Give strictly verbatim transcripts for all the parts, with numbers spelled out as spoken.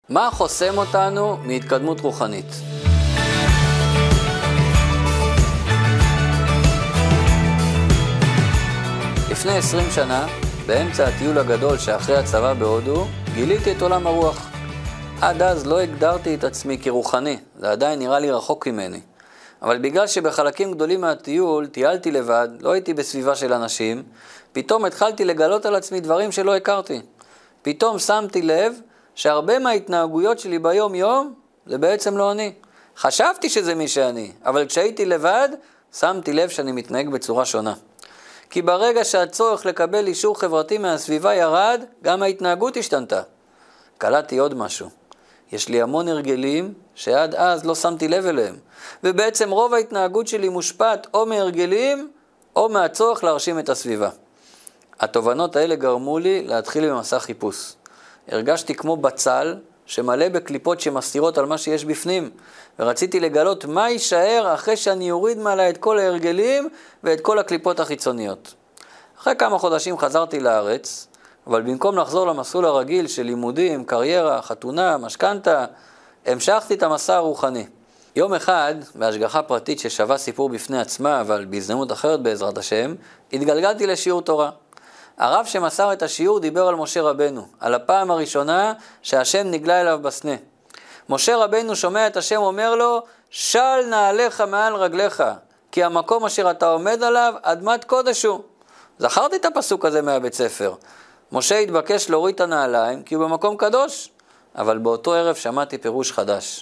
מה חוסם אותנו מהתקדמות רוחנית? לפני עשרים שנה, באמצע הטיול הגדול שאחרי הצבא בהודו, גיליתי את עולם הרוח. עד אז לא הגדרתי את עצמי כרוחני, זה עדיין נראה לי רחוק ממני. אבל בגלל שבחלקים גדולים מהטיול טיילתי לבד, לא הייתי בסביבה של אנשים, פתאום התחלתי לגלות על עצמי דברים שלא הכרתי. פתאום שמתי לב שהרבה מההתנהגויות שלי ביום יום זה בעצם לא אני. חשבתי שזה מי שאני, אבל כשהייתי לבד שמתי לב שאני מתנהג בצורה שונה. כי ברגע שהצורך לקבל אישור חברתי מהסביבה ירד, גם ההתנהגות השתנתה. קלטתי עוד משהו. יש לי המון הרגלים שעד אז לא שמתי לב אליהם. ובעצם רוב ההתנהגות שלי מושפעת או מהרגלים או מהצורך להרשים את הסביבה. התובנות האלה גרמו לי להתחיל במסע חיפוש. הרגשתי כמו בצל שמלא בקליפות שמסתירות על מה שיש בפנים. ורציתי לגלות מה יישאר אחרי שאני אוריד מעלה את כל ההרגלים ואת כל הקליפות החיצוניות. אחרי כמה חודשים חזרתי לארץ, אבל במקום לחזור למסלול הרגיל של לימודים, קריירה, חתונה, משכנתה, המשכתי את המסע הרוחני. יום אחד, בהשגחה פרטית ששווה סיפור בפני עצמה, אבל בהזדמנות אחרת בעזרת השם, התגלגלתי לשיעור תורה. הרב שמסר את השיעור דיבר על משה רבנו, על הפעם הראשונה שהשם נגלה אליו בסנה. משה רבנו שומע את השם אומר לו, של נעליך מעל רגליך, כי המקום אשר אתה עומד עליו אדמת קודש הוא. זכרתי את הפסוק הזה מהבית ספר. משה התבקש להוריד את הנעליים כי הוא במקום קדוש, אבל באותו ערב שמעתי פירוש חדש.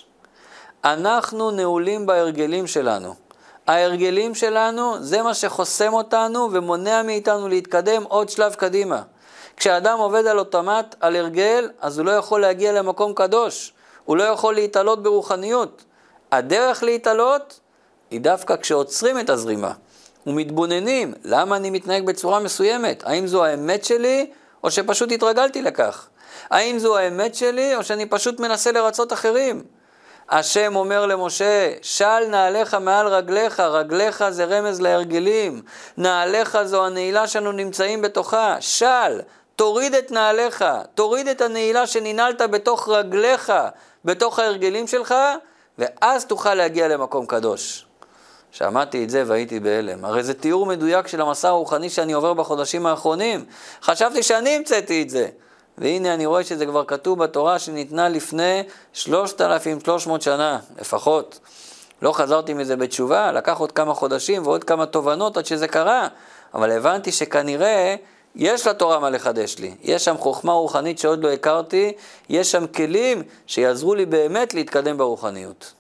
אנחנו נעולים בהרגלים שלנו. ההרגלים שלנו זה מה שחוסם אותנו ומונע מאיתנו להתקדם עוד שלב קדימה. כשאדם עובד על אוטומט, על הרגל, אז הוא לא יכול להגיע למקום קדוש. הוא לא יכול להתעלות ברוחניות. הדרך להתעלות היא דווקא כשעוצרים את הזרימה. ומתבוננים, למה אני מתנהג בצורה מסוימת? האם זו האמת שלי או שפשוט התרגלתי לכך? האם זו האמת שלי או שאני פשוט מנסה לרצות אחרים? השם אומר למשה, של נעליך מעל רגליך, רגליך זה רמז להרגלים, נעליך זו הנעילה שאנו נמצאים בתוכה, של, תוריד את נעליך, תוריד את הנעילה שננעלת בתוך רגליך, בתוך ההרגלים שלך, ואז תוכל להגיע למקום קדוש. שמעתי את זה והייתי בהלם. הרי זה תיאור מדויק של המסע הרוחני שאני עובר בחודשים האחרונים. חשבתי שאני המצאתי את זה. והנה אני רואה שזה כבר כתוב בתורה שניתנה לפני שלושת אלפים ושלוש מאות שנה, לפחות. לא חזרתי מזה בתשובה, לקח עוד כמה חודשים ועוד כמה תובנות עד שזה קרה. אבל הבנתי שכנראה יש לתורה מה לחדש לי. יש שם חוכמה רוחנית שעוד לא הכרתי, יש שם כלים שיעזרו לי באמת להתקדם ברוחניות.